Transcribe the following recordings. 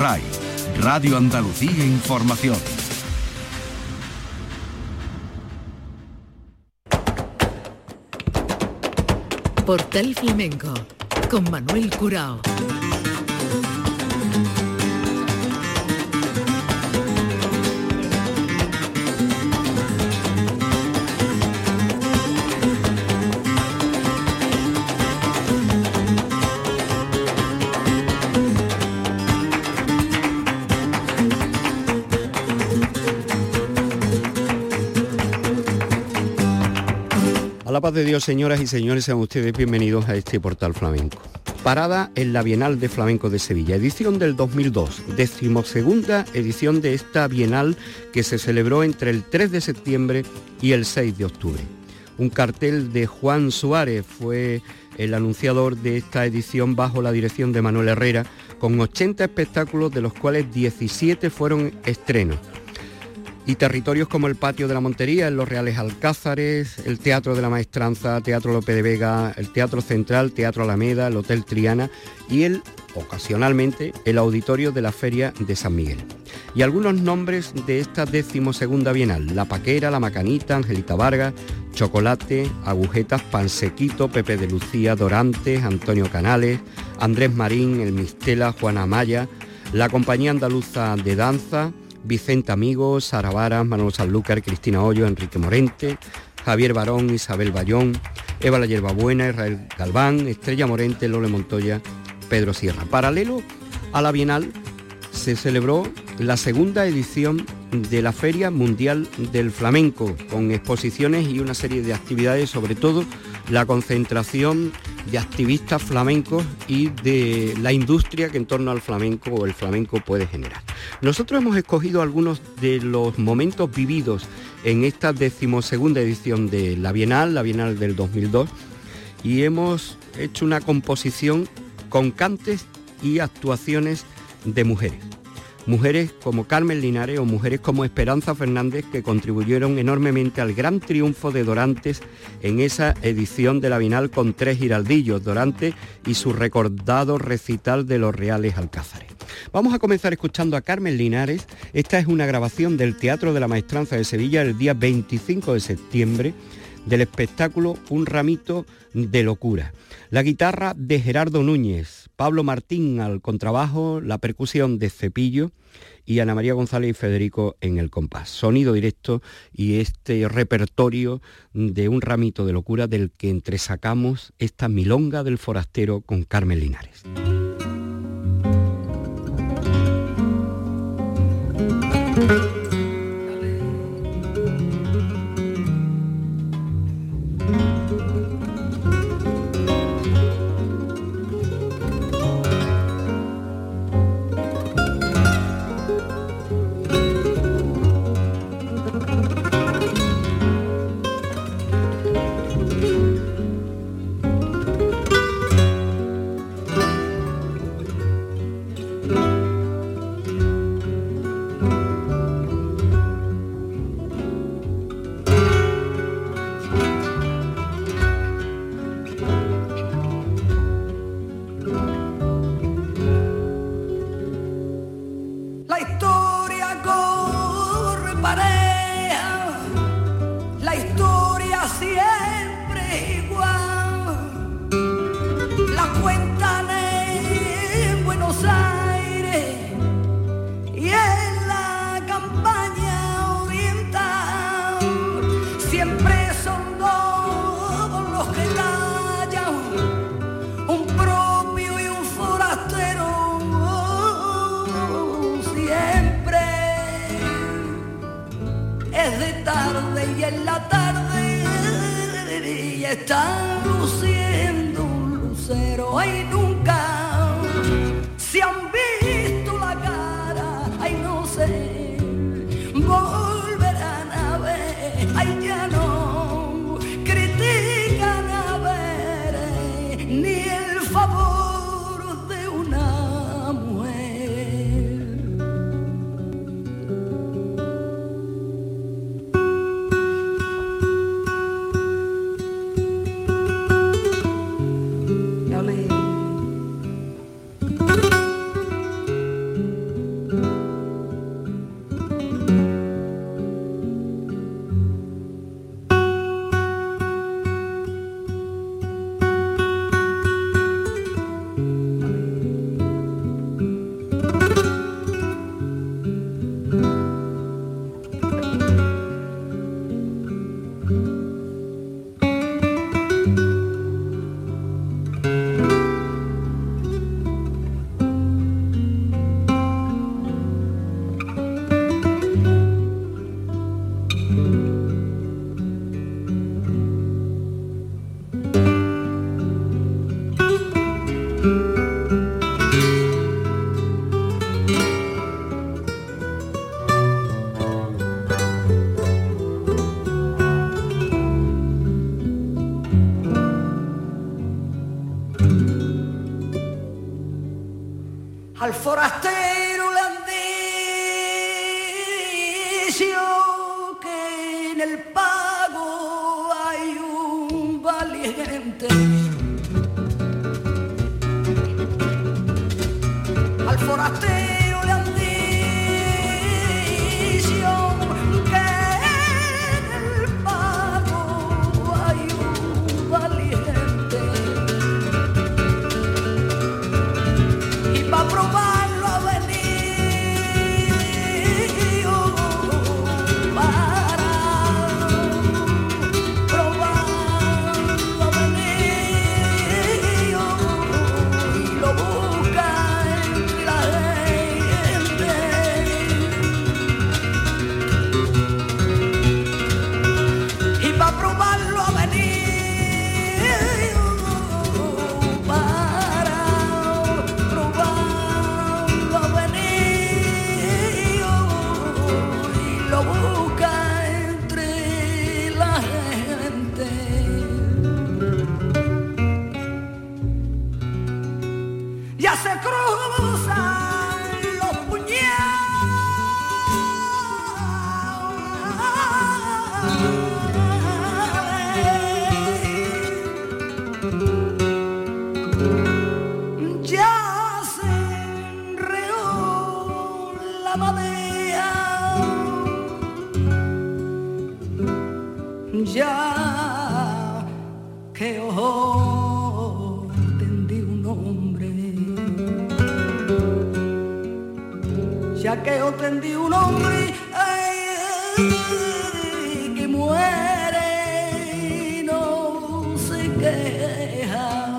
RAI, Radio Andalucía Información. Portal Flamenco con Manuel Curao. A la paz de Dios, señoras y señores, sean ustedes bienvenidos a este Portal Flamenco. Parada en la Bienal de Flamenco de Sevilla, edición del 2002, 12ª edición de esta Bienal que se celebró entre el 3 de septiembre y el 6 de octubre. Un cartel de Juan Suárez fue el anunciador de esta edición bajo la dirección de Manuel Herrera, con 80 espectáculos, de los cuales 17 fueron estrenos. Y territorios como el Patio de la Montería, en los Reales Alcázares, el Teatro de la Maestranza, Teatro Lope de Vega, el Teatro Central, Teatro Alameda, el Hotel Triana y ocasionalmente, el Auditorio de la Feria de San Miguel. Y algunos nombres de esta 12ª Bienal: La Paquera, La Macanita, Angelita Vargas, Chocolate, Agujetas, Pansequito, Pepe de Lucía, Dorantes, Antonio Canales, Andrés Marín, El Mistela, Juana Amaya, la Compañía Andaluza de Danza, Vicente Amigos, Sara Varas, Manolo Sanlúcar, Cristina Hoyo, Enrique Morente, Javier Barón, Isabel Bayón, Eva la Hierbabuena, Israel Galván, Estrella Morente, Lole Montoya, Pedro Sierra. Paralelo a la Bienal se celebró la segunda edición de la Feria Mundial del Flamenco, con exposiciones y una serie de actividades, sobre todo la concentración de activistas flamencos y de la industria que en torno al flamenco o el flamenco puede generar. Nosotros hemos escogido algunos de los momentos vividos en esta 12ª edición de la Bienal del 2002, y hemos hecho una composición con cantes y actuaciones de mujeres. Mujeres como Carmen Linares o mujeres como Esperanza Fernández, que contribuyeron enormemente al gran triunfo de Dorantes en esa edición de la Bienal con 3 giraldillos, Dorantes y su recordado recital de los Reales Alcázares. Vamos a comenzar escuchando a Carmen Linares. Esta es una grabación del Teatro de la Maestranza de Sevilla el día 25 de septiembre del espectáculo Un ramito de locura. La guitarra de Gerardo Núñez, Pablo Martín al contrabajo, la percusión de Cepillo y Ana María González y Federico en el compás. Sonido directo y este repertorio de Un ramito de locura, del que entresacamos esta milonga del forastero con Carmen Linares. Está luciendo un lucero, ay nunca se han visto la cara, ay no sé, volverán a ver, ay ya no critican a ver ni el favor de una mujer. forastero le han dicho que en el pago hay un valiente. Al forastero le han dicho que en el pago hay un valiente. Y pa' probarlo ha venido para probarlo ha venido y lo busca entre la gente. Y pa' probarlo ha venido para probarlo ha venido y lo busca entre la gente. Ya se cruzan los puñales. Ya se enreó la madera. Ya que ojo tendí un hombre. Ya que yo tendí un hombre que muere y no se queja.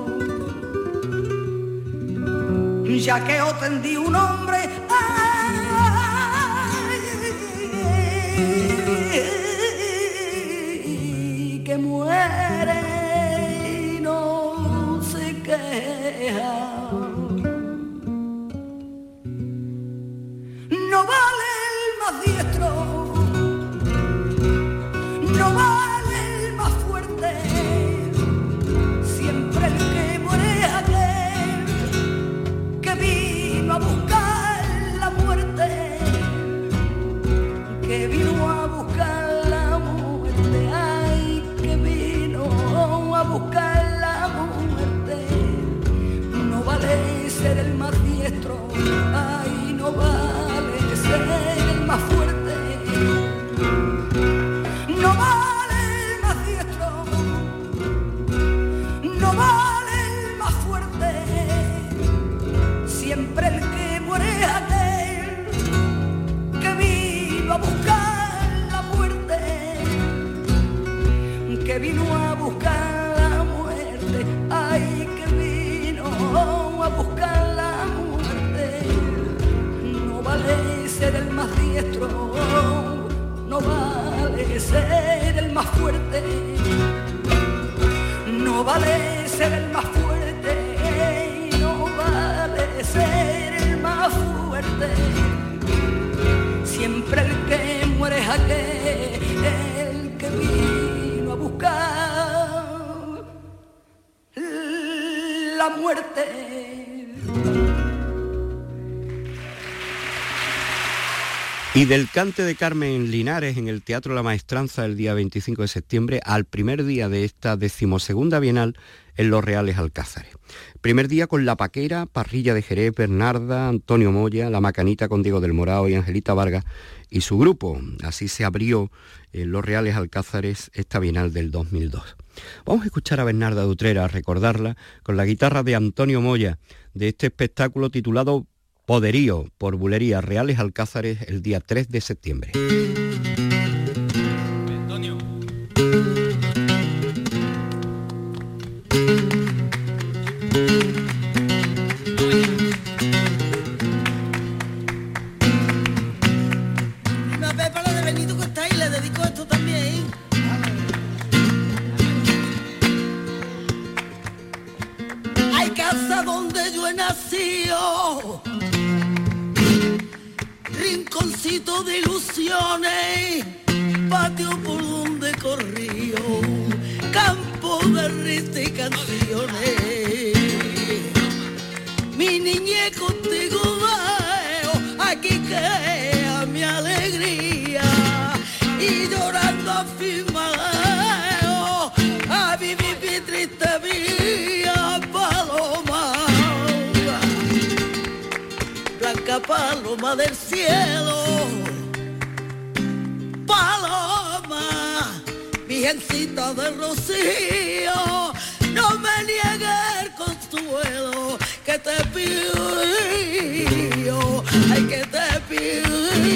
Ya que yo tendí un hombre que muere y no se queja. No vale el más diestro, no vale el más fuerte, siempre el que muere es aquel que vino a buscar la muerte, que vino a buscar la muerte, ay, que vino a buscar la muerte. No vale ser el más diestro, ay, no vale ser el más fuerte, no vale el más diestro, no vale el más fuerte, siempre el que muere es aquel que vino a buscar la muerte, que vino a buscar la muerte, ay, que vino a buscar la muerte. No vale ser el más diestro, no vale ser el más fuerte, no vale ser el más fuerte, no vale ser el más fuerte, siempre el que muere es aquel que vino a buscar la muerte. Y del cante de Carmen Linares en el Teatro La Maestranza el día 25 de septiembre al primer día de esta 12ª Bienal en Los Reales Alcázares. Primer día con La Paquera, Parrilla de Jerez, Bernarda, Antonio Moya, La Macanita con Diego del Morao y Angelita Vargas y su grupo. Así se abrió en Los Reales Alcázares esta Bienal del 2002. Vamos a escuchar a Bernarda de Utrera, a recordarla con la guitarra de Antonio Moya de este espectáculo titulado Poderío, por Bulería Reales Alcázares el día 3 de septiembre. Antonio. Una vez para la de Benito que está ahí, le dedico esto también. Hay casa donde yo he nacido, rinconcito de ilusiones, patio por donde corrío, campo de risa y canciones. Mi mi niñez contigo veo, aquí queda mi alegría, y llorando afirmado a vivir mi triste vida, paloma, blanca paloma del cielo, paloma, virgencita del rocío, no me niegues el consuelo que te pido, ay, que te pido.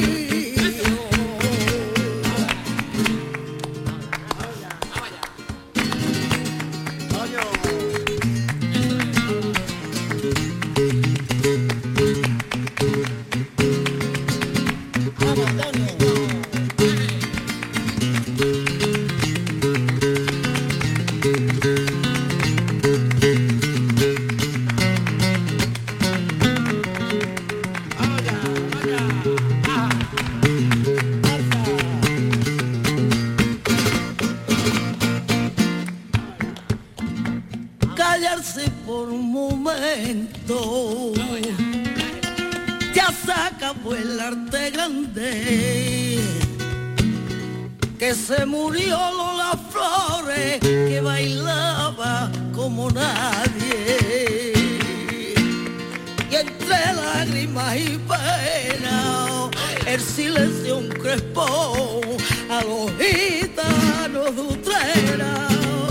Callarse por un momento, ya se acabó el arte grande, que se murió Lola Flores, que bailaba como nadie, y entre lágrimas y pena el silencio un crespón a los gitanos de Utrera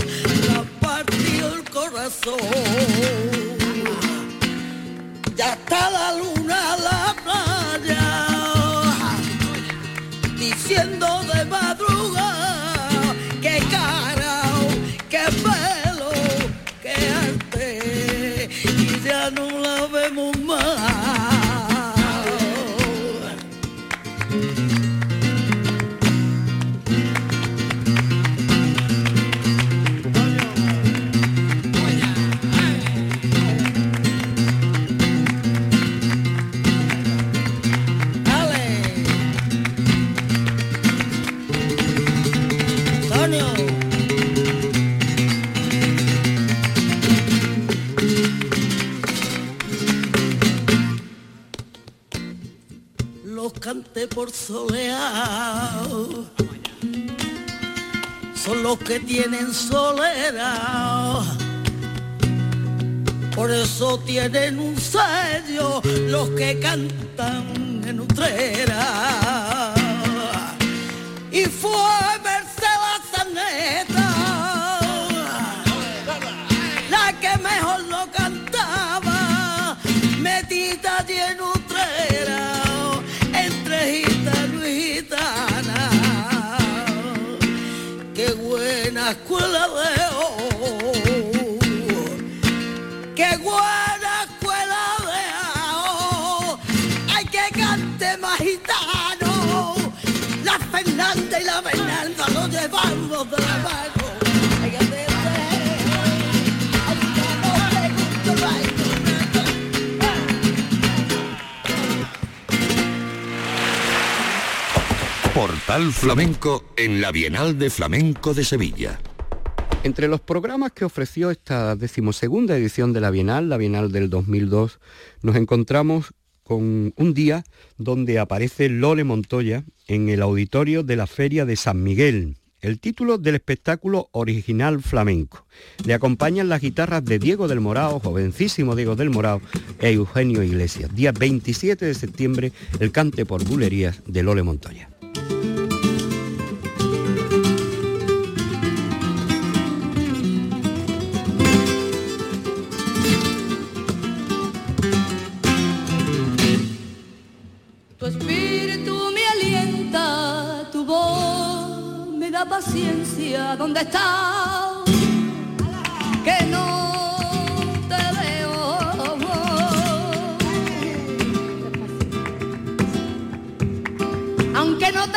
el corazón. Ya está la luna en la playa, diciendo de madrugada qué cara, qué pelo, qué arte, y ya no la vemos más. Cante por soleado, son los que tienen soledad, por eso tienen un sello los que cantan en Utrera. Y fue Mercedes Zaneta la que mejor lo cantaba, metida allí en Utrera, gitano y gitana, qué buena escuela veo, qué buena escuela veo, hay que cante más gitano, la Fernanda y la Bernarda lo llevamos de la mano, hay que hacer, hay que no le gusta el baile. Portal Flamenco en la Bienal de Flamenco de Sevilla. Entre los programas que ofreció esta 12ª edición de la Bienal del 2002, nos encontramos con un día donde aparece Lole Montoya en el auditorio de la Feria de San Miguel. El título del espectáculo Original Flamenco. Le acompañan las guitarras de Diego del Morao, jovencísimo Diego del Morao, e Eugenio Iglesias. Día 27 de septiembre, el cante por bulerías de Lole Montoya. Tu espíritu me alienta, tu voz me da paciencia. ¿Dónde estás? Que no te veo. Aunque no te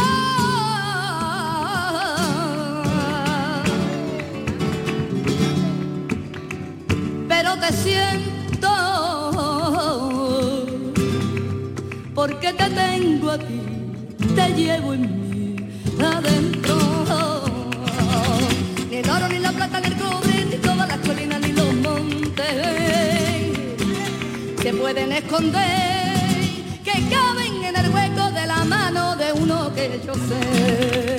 veo, pero te siento, porque te tengo a ti, te llevo en mí adentro. Ni el oro, ni la plata, ni el cobre, ni todas las colinas, ni los montes, pueden esconder, que caben en el hueco de la mano de uno que yo sé.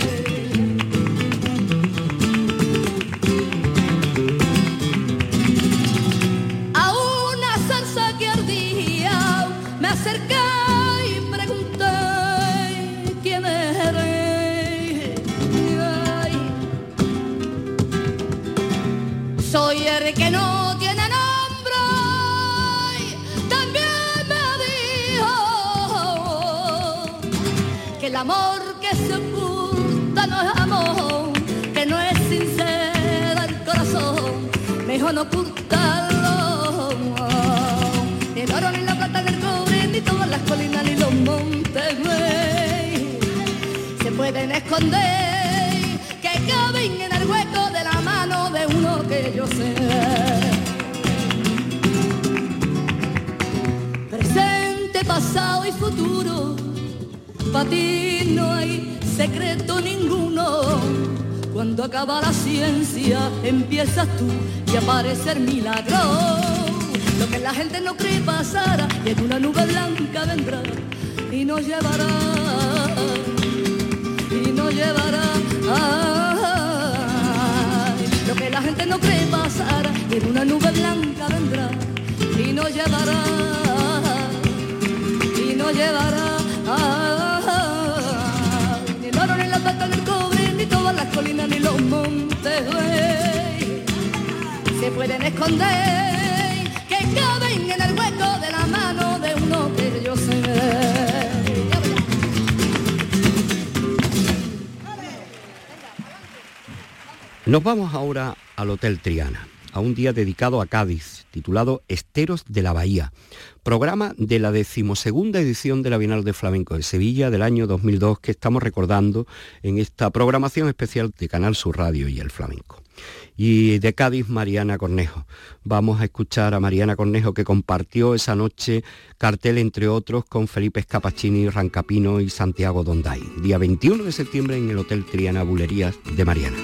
A una salsa que ardía me acerqué y pregunté quién eres. Ay. Soy el que no tiene nombre, también me dijo que el amor que se oculta no es amor, que no es sincero el corazón, mejor no ocultarlo. Ni el oro, ni la plata, ni el cobre, ni todas las colinas, ni los montes, güey, se pueden esconder, que caben en el hueco de la mano de uno que yo sé. Presente, pasado y futuro, para ti no hay secreto ninguno. Cuando acaba la ciencia empiezas tú y aparece el milagro. Lo que la gente no cree pasará y en una nube blanca vendrá y nos llevará, y nos llevará. Lo que la gente no cree pasará y en una nube blanca vendrá y nos llevará, y nos llevará. Ni el oro, ni la plata, ni el cobre, ni todas las colinas, ni los montes, güey, se pueden esconder, que caben en el hueco de la mano de uno que yo sé. Nos vamos ahora al Hotel Triana, a un día dedicado a Cádiz, titulado Esteros de la Bahía, programa de la 12ª edición de la Bienal de Flamenco de Sevilla del año 2002 que estamos recordando en esta programación especial de Canal Sur Radio y el Flamenco. Y de Cádiz, Mariana Cornejo. Vamos a escuchar a Mariana Cornejo, que compartió esa noche cartel, entre otros, con Felipe Scapacini, Rancapino y Santiago Donday, día 21 de septiembre en el Hotel Triana Bulerías de Mariana.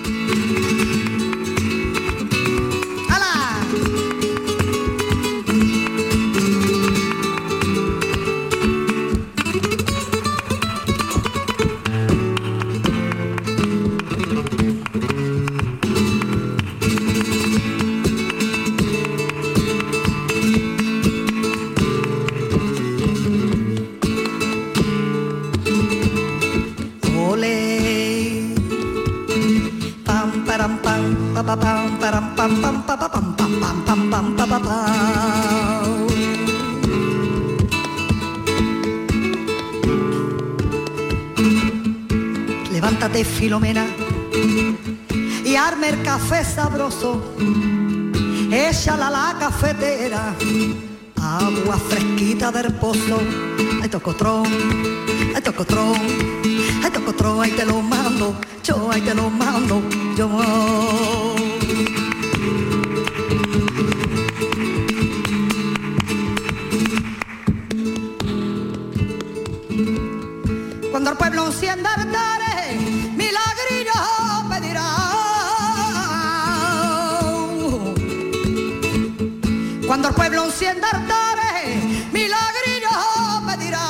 Levántate, Filomena, y arme el café sabroso, échala a la cafetera, agua fresquita del pozo. Ay, tocotrón, ay, tocotrón, ay, tocotrón, ahí te lo mando, yo ahí te lo mando, yo. Cuando el pueblo encienda altares, milagrillo pedirá. Cuando el pueblo encienda altares, milagrillo pedirá.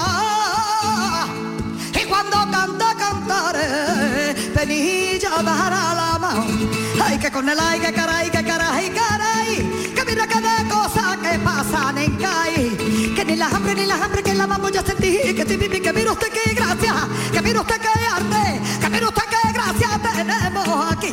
Y cuando canta cantares, penilla dará la mano. Ay, que con el ay, que caray, que caray, caray, que mira que de cosas que pasan en CAI. Que ni la hambre que la vamos ya sentí, que te viví, que mira usted qué gracia, que mira usted qué arte, que mira usted qué gracia tenemos aquí.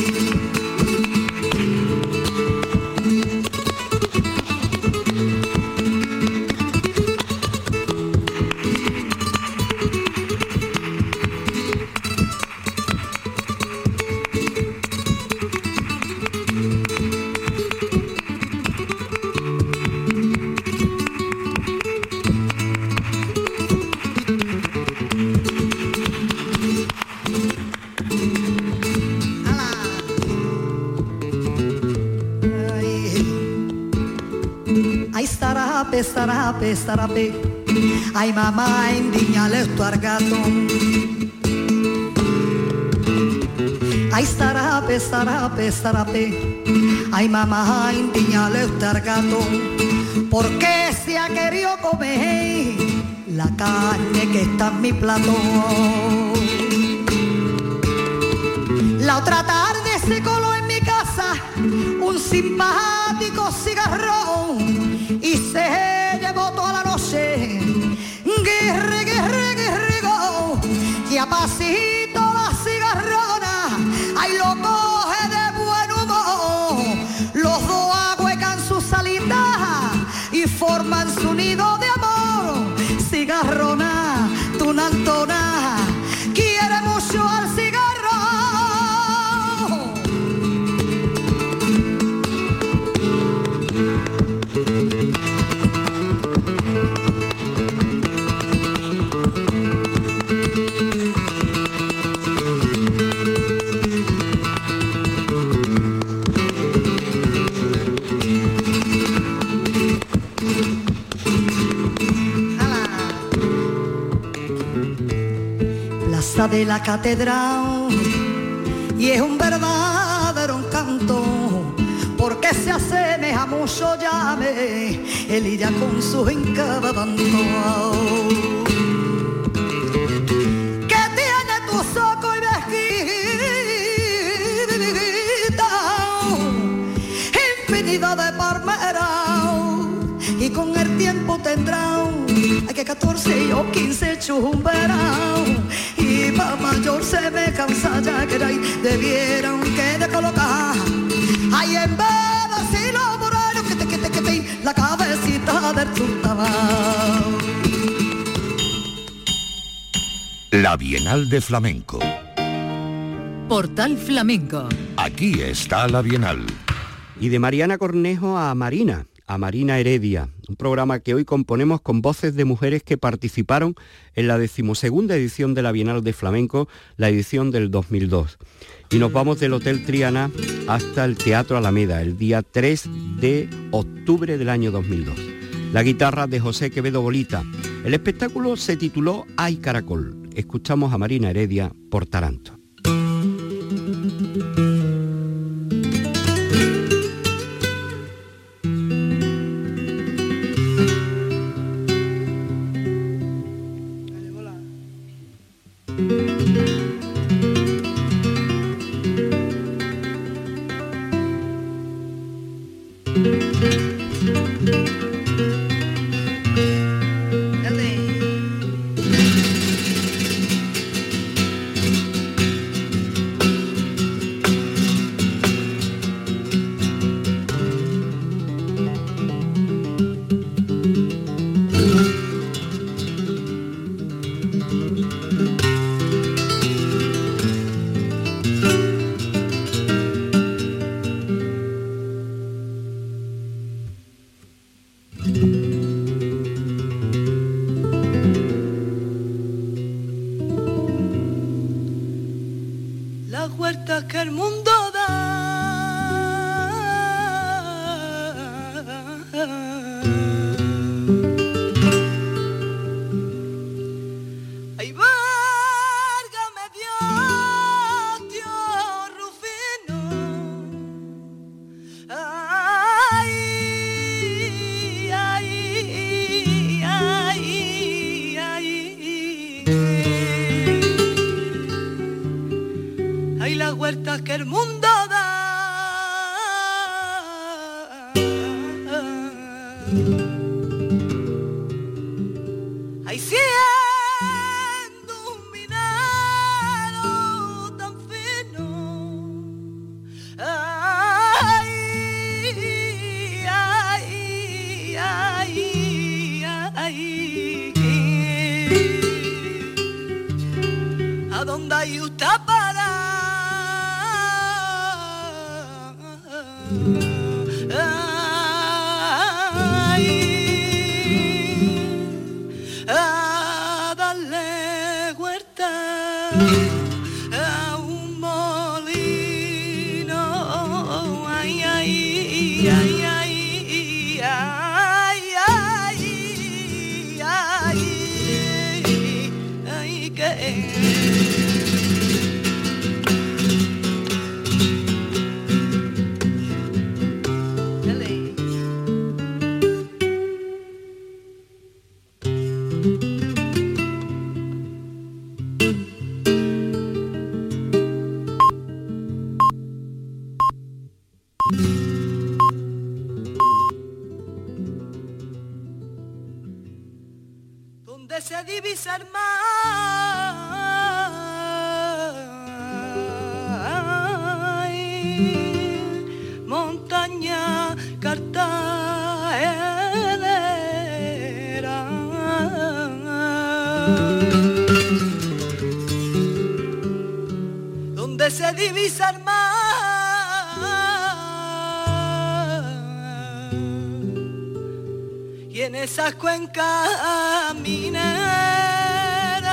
Sarape, sarape, ay mamá, indiñale esto al gato. Ay sarape, sarape, sarape, ay mamá, indiñale esto al gato. porque se ha querido comer la carne que está en mi plato. La otra tarde se coló en mi casa un simpático cigarrón y se llevó toda la noche. Guirri, guirri, guirrigo, y a pasito la cigarrona, ahí lo coge de buen humor. Los dos ahuecan su salita y forman su nido de amor. Cigarrona, tu nantona, quiere mucho al cigarro. De la catedral y es un verdadero encanto porque se asemeja mucho llame Elilla con su encanto que tiene tu soco y mezquita infinidad de palmeras y con el tiempo tendrá hay que 14 o 15 chumberas y pa' mayor se me cansa ya que ahí debieran que de colocar ahí en vez de si lo moreno que te la cabecita del sultán. La Bienal de Flamenco. Portal Flamenco. Aquí está la Bienal. Y de Mariana Cornejo a Marina Heredia, un programa que hoy componemos con voces de mujeres que participaron en la 12ª edición de la Bienal de Flamenco, la edición del 2002. Y nos vamos del Hotel Triana hasta el Teatro Alameda, el día 3 de octubre del año 2002. La guitarra de José Quevedo Bolita. El espectáculo se tituló Ay Caracol. Escuchamos a Marina Heredia por Taranto. donde se divisa el mar, montaña cartagenera, donde se divisa el mar, y en esas cuencas mineras,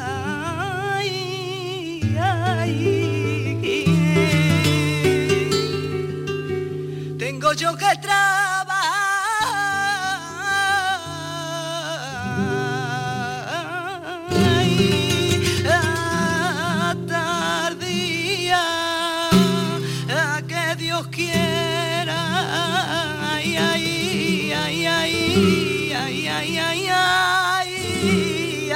tengo yo que trabajar tardía, que Dios quiera, ay, ay, ay, ay, ay, ay, ay, ay,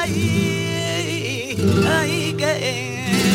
ay, ay, que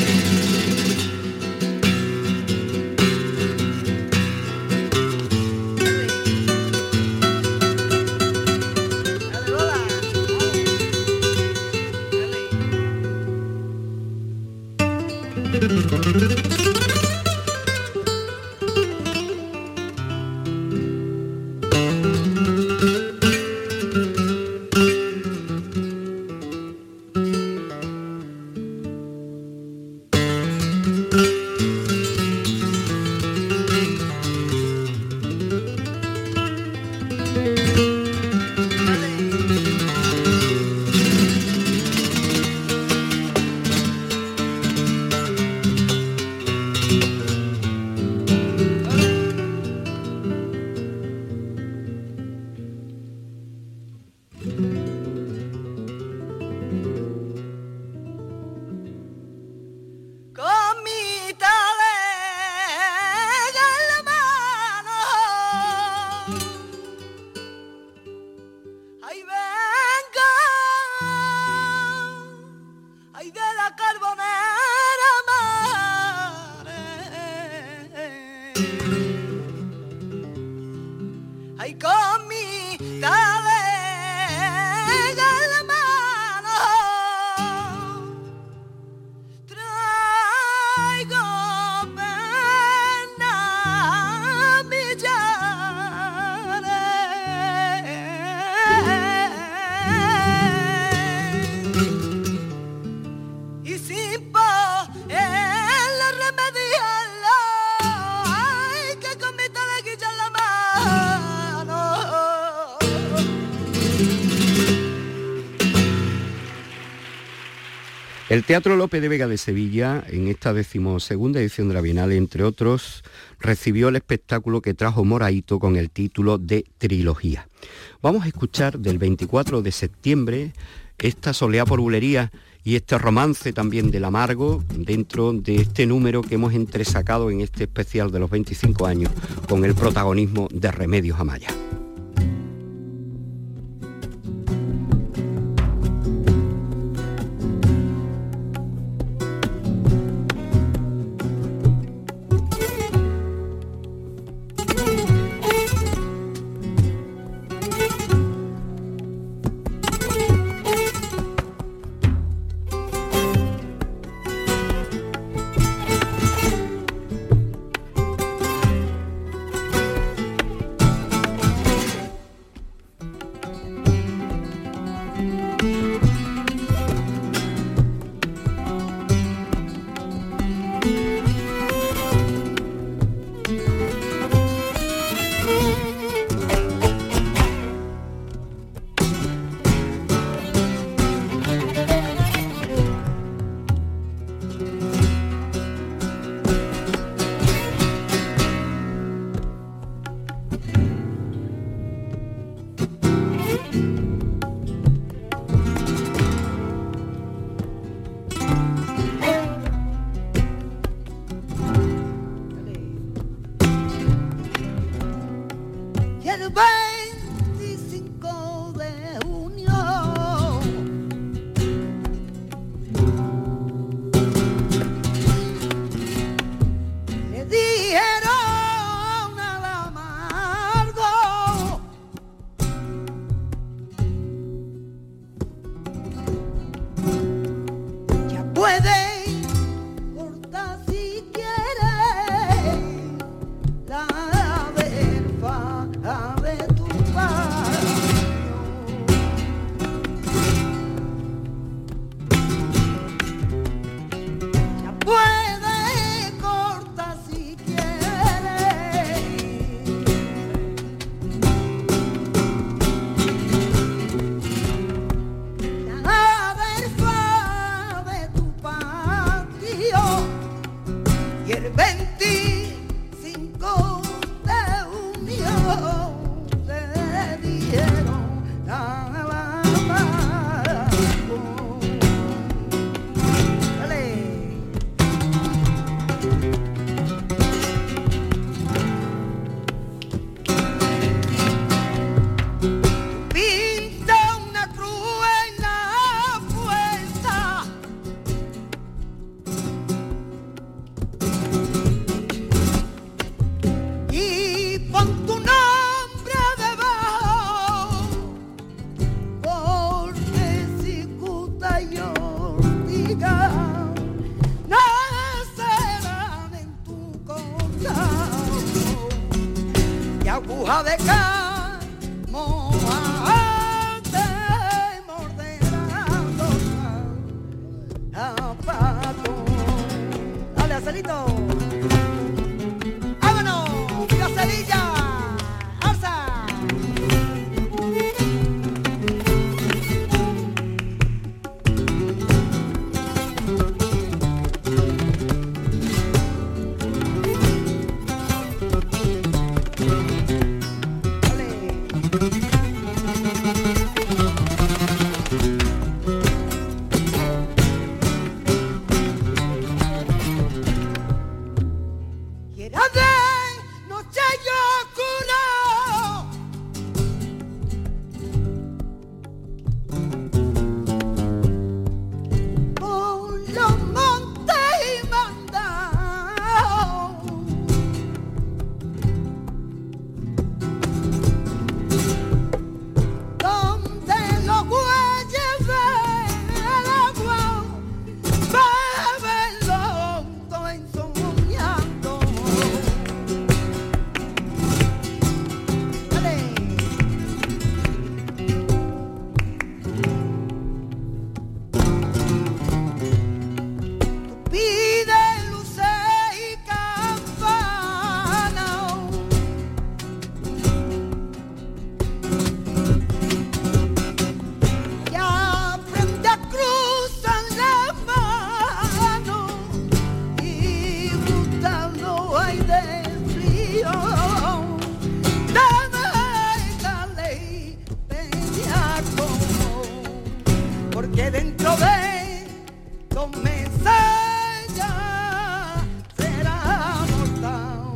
ay, con mi talega en la mano traigo pena millares y sin poderlo remediarlo, ay, que con mi taleguilla en la mano. El Teatro Lope de Vega de Sevilla, en esta 12ª edición de la Bienal, entre otros, recibió el espectáculo que trajo Moraito con el título de Trilogía. Vamos a escuchar del 24 de septiembre esta Soleá por Bulería y este romance también del amargo dentro de este número que hemos entresacado en este especial de los 25 años con el protagonismo de Remedios Amaya. porque dentro de 2 meses ya será mortal.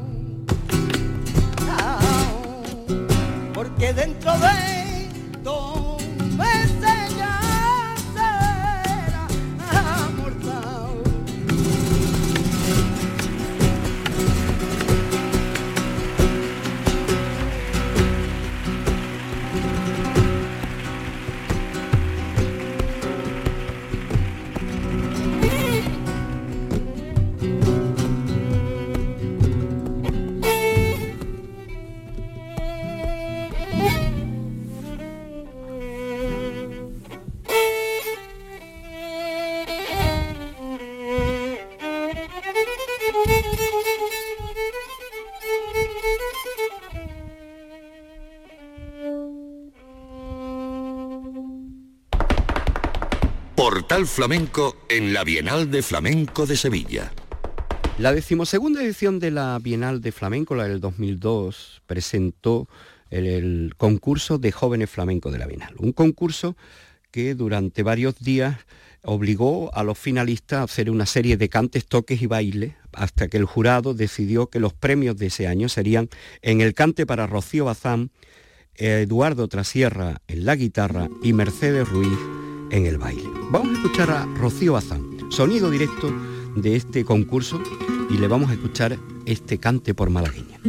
Porque dentro de 2 meses ya será mortal. Portal Flamenco en la Bienal de Flamenco de Sevilla. La 12ª edición de la Bienal de Flamenco, la del 2002, presentó el concurso de jóvenes flamencos de la Bienal. Un concurso que durante varios días obligó a los finalistas a hacer una serie de cantes, toques y bailes, hasta que el jurado decidió que los premios de ese año serían en el cante para Rocío Bazán, Eduardo Trasierra en la guitarra y Mercedes Ruiz en el baile. Vamos a escuchar a Rocío Bazán, sonido directo de este concurso, y le vamos a escuchar este cante por malagueña.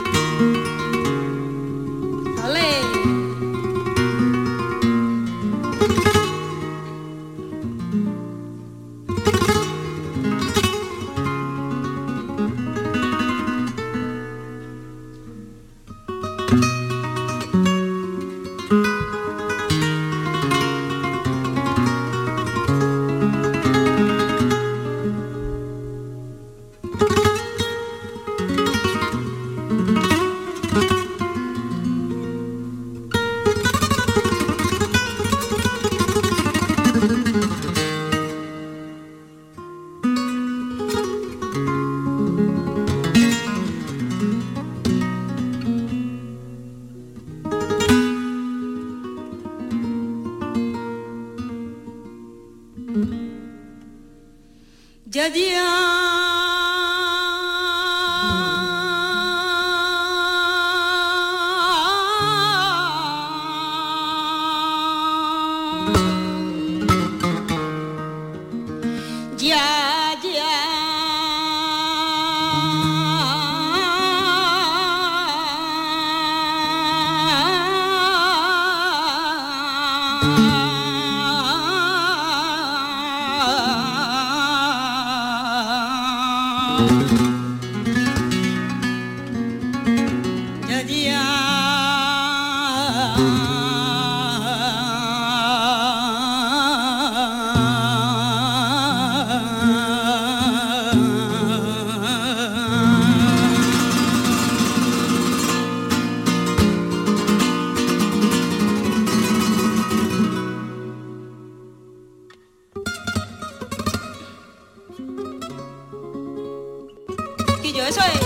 Eso es.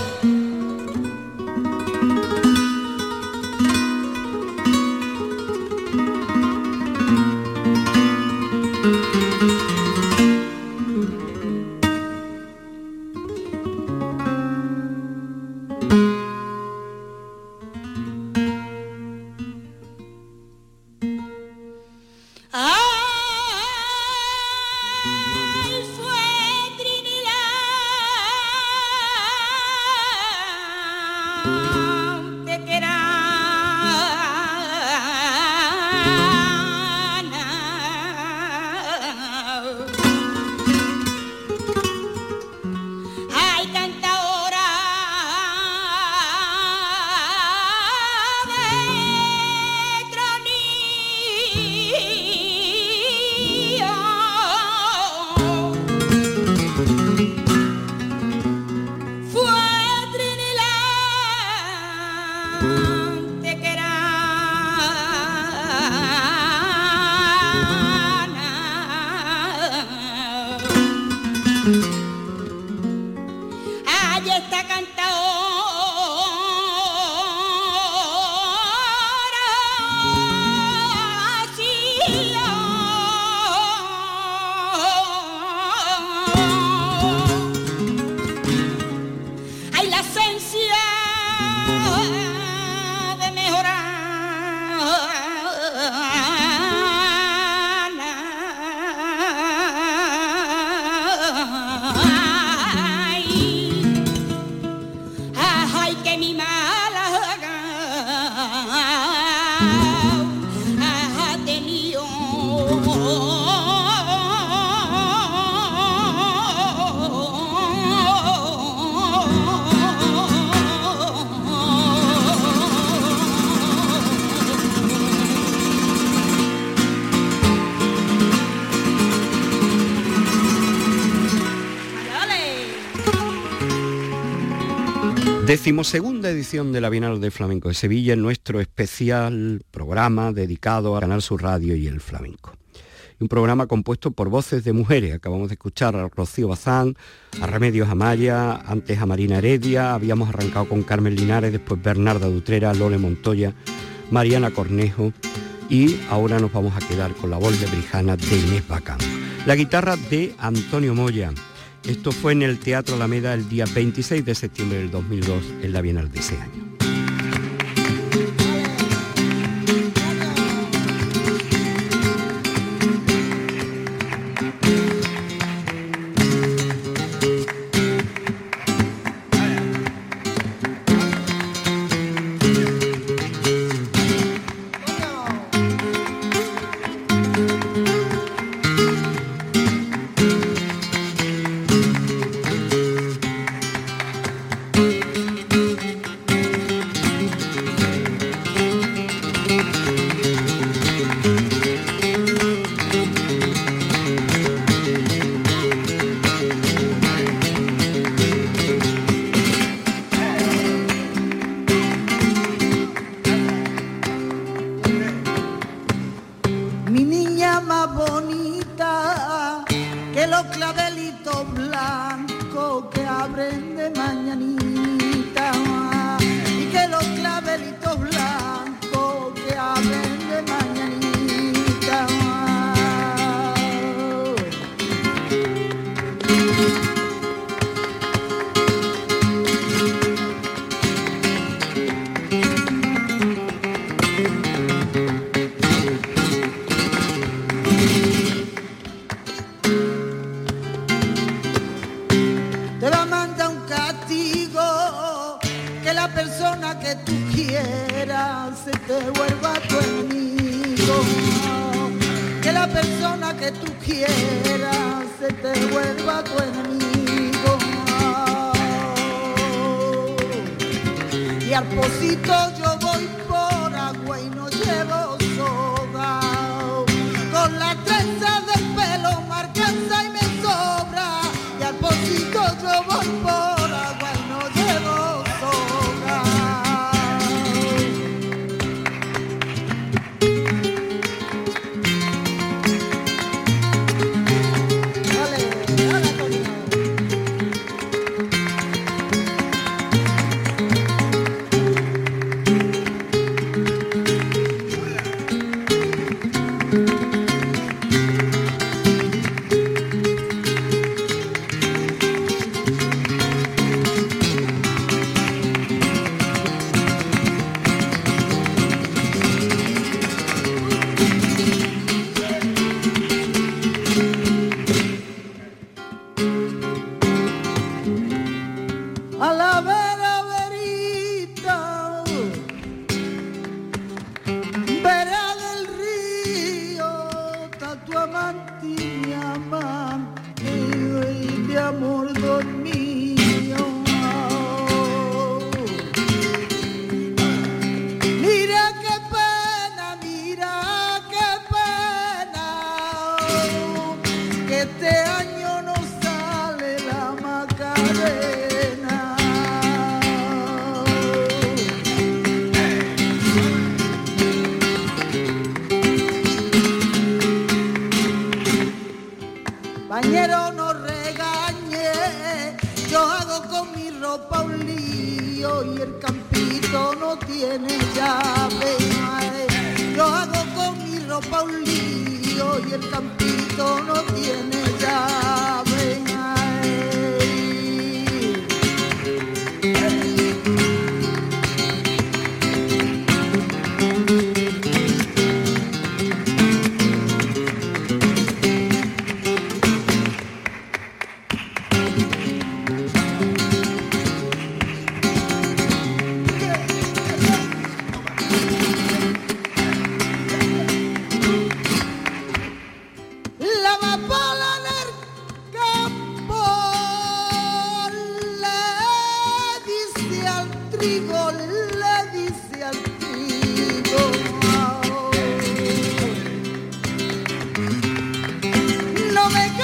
12ª edición de la Bienal de Flamenco de Sevilla, en nuestro especial programa dedicado a Canal Sur Radio y el flamenco. Un programa compuesto por voces de mujeres. Acabamos de escuchar a Rocío Bazán, a Remedios Amaya, antes a Marina Heredia, habíamos arrancado con Carmen Linares, después Bernarda Dutrera, Lole Montoya, Mariana Cornejo y ahora nos vamos a quedar con la voz de Brijana de Inés Bacán. La guitarra de Antonio Moya. Esto fue en el Teatro Alameda el día 26 de septiembre del 2002 en la Bienal de ese año.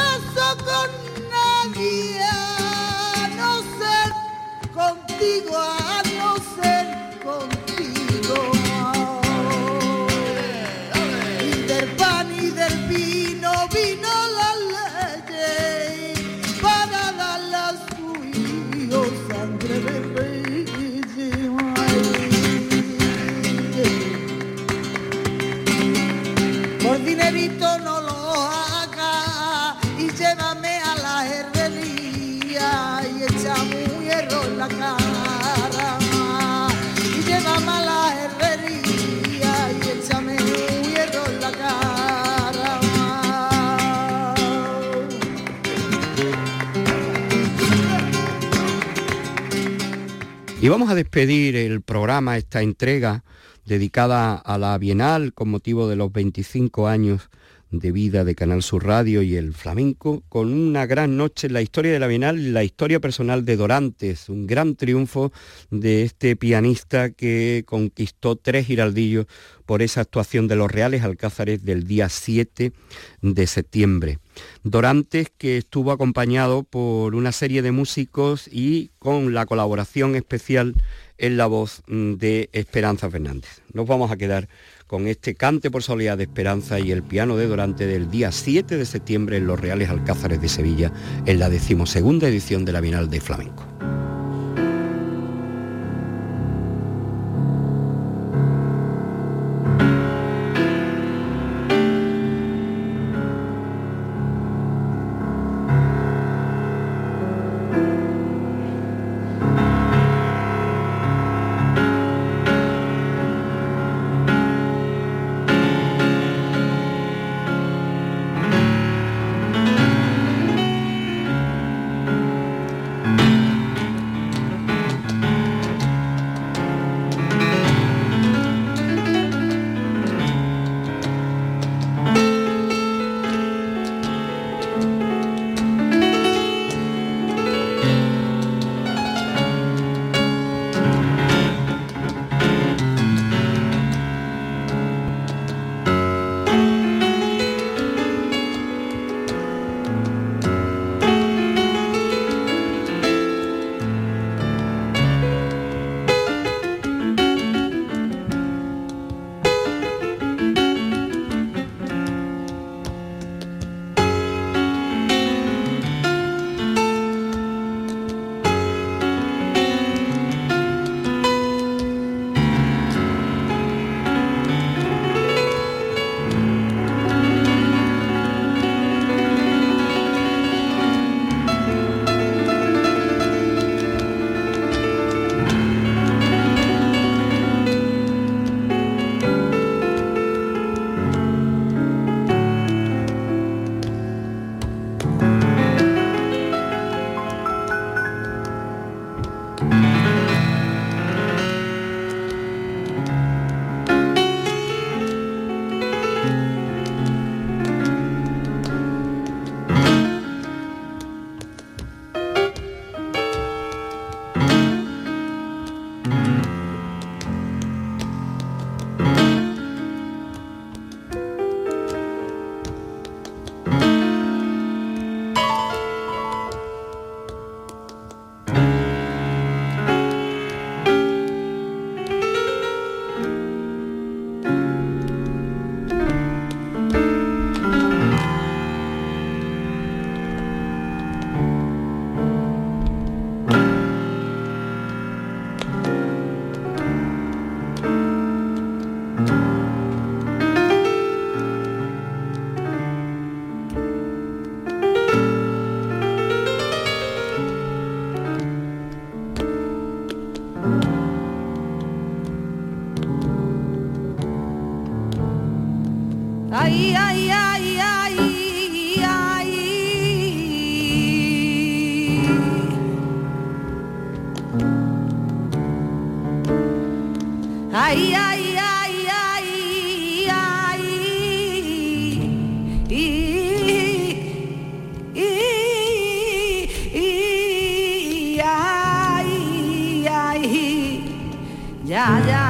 Contigo vino la ley para darle a su hijo sangre de rey. Por dinerito no lo haga y llévame a la herrería y echame un hierro en la cara. Y llévame a la herrería y échame un hierro en la cara. Y vamos a despedir el programa, esta entrega dedicada a la Bienal con motivo de los 25 años de vida de Canal Sur Radio y el flamenco, con una gran noche en la historia de la Bienal y la historia personal de Dorantes, un gran triunfo de este pianista que conquistó 3 giraldillos por esa actuación de los Reales Alcázares del día 7 de septiembre. Dorantes, que estuvo acompañado por una serie de músicos y con la colaboración especial en la voz de Esperanza Fernández. Nos vamos a quedar con este Cante por Soleá de Esperanza y el piano de Dorantes del día 7 de septiembre en los Reales Alcázares de Sevilla, en la 12ª edición de la Bienal de Flamenco. Ay, ay, ay, ay, ay. Ay, ay, ay, ay, ay. Ay, ay, ya, ya.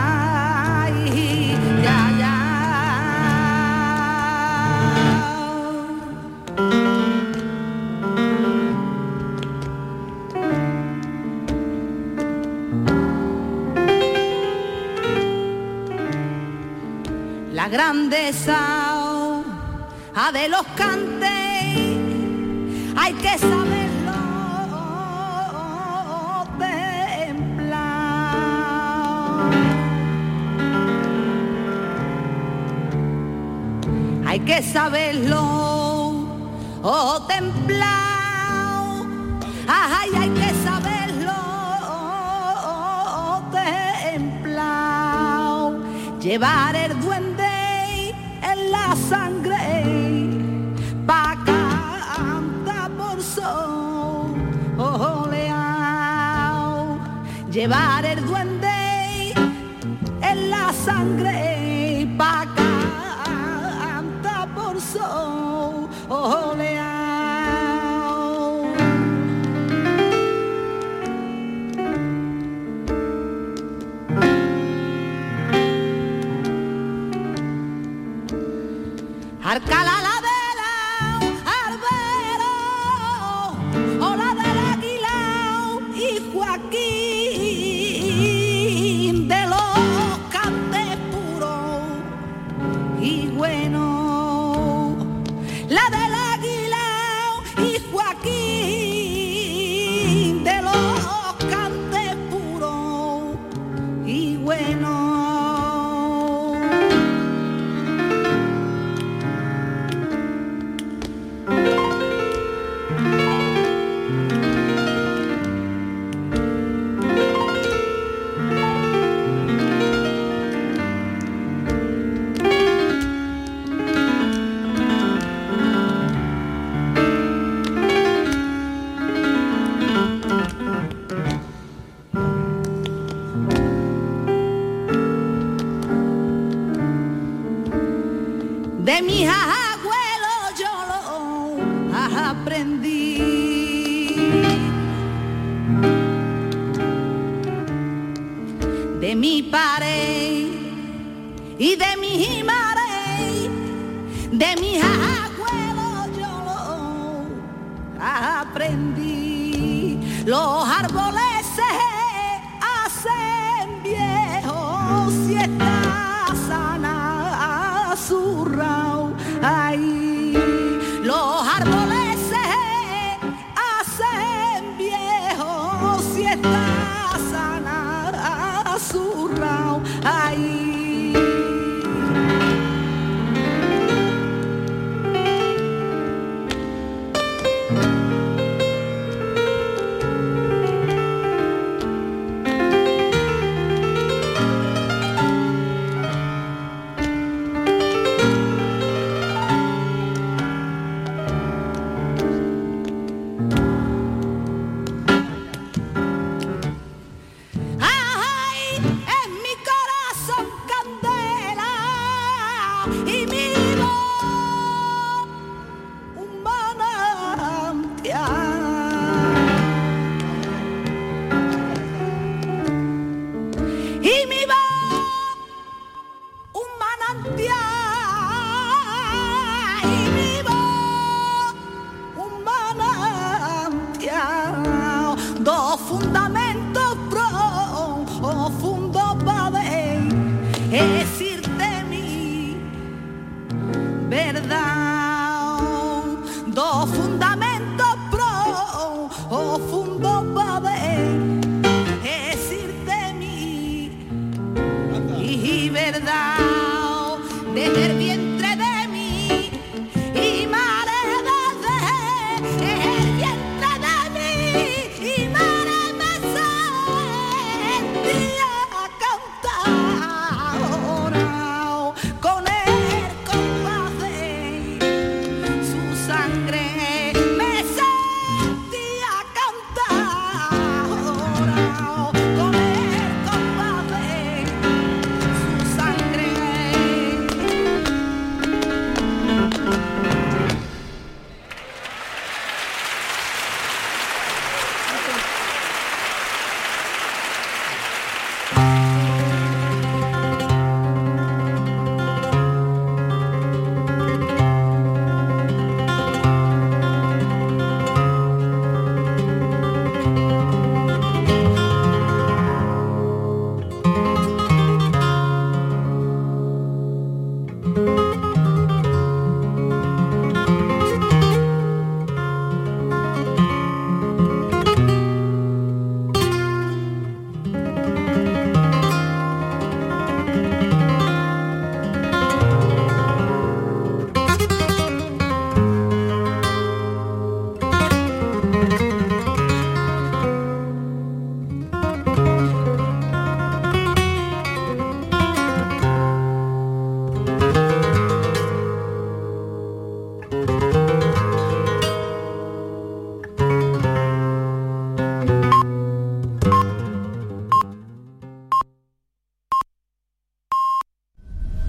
La grandeza a de los cantes, hay que saberlo templar. Hay que saberlo templado, ay, hay que saberlo templado, llevar el duende en la sangre pa' cantar por soleado, llevar el duende en la sangre pa' cantar por soleado. Arcala la vela, Arbero, o la del Aguilao y Joaquín de los cantes puros y bueno, la del Aguilao y Joaquín de los cantes puros y bueno. De mis abuelos yo lo aprendí, de mi padre y de mi madre, de mis abuelos yo lo aprendí. Los árboles se hacen viejos si está sana su rao, ay, los árboles se hacen viejos si está sana su rao, ay. Dos fundamentos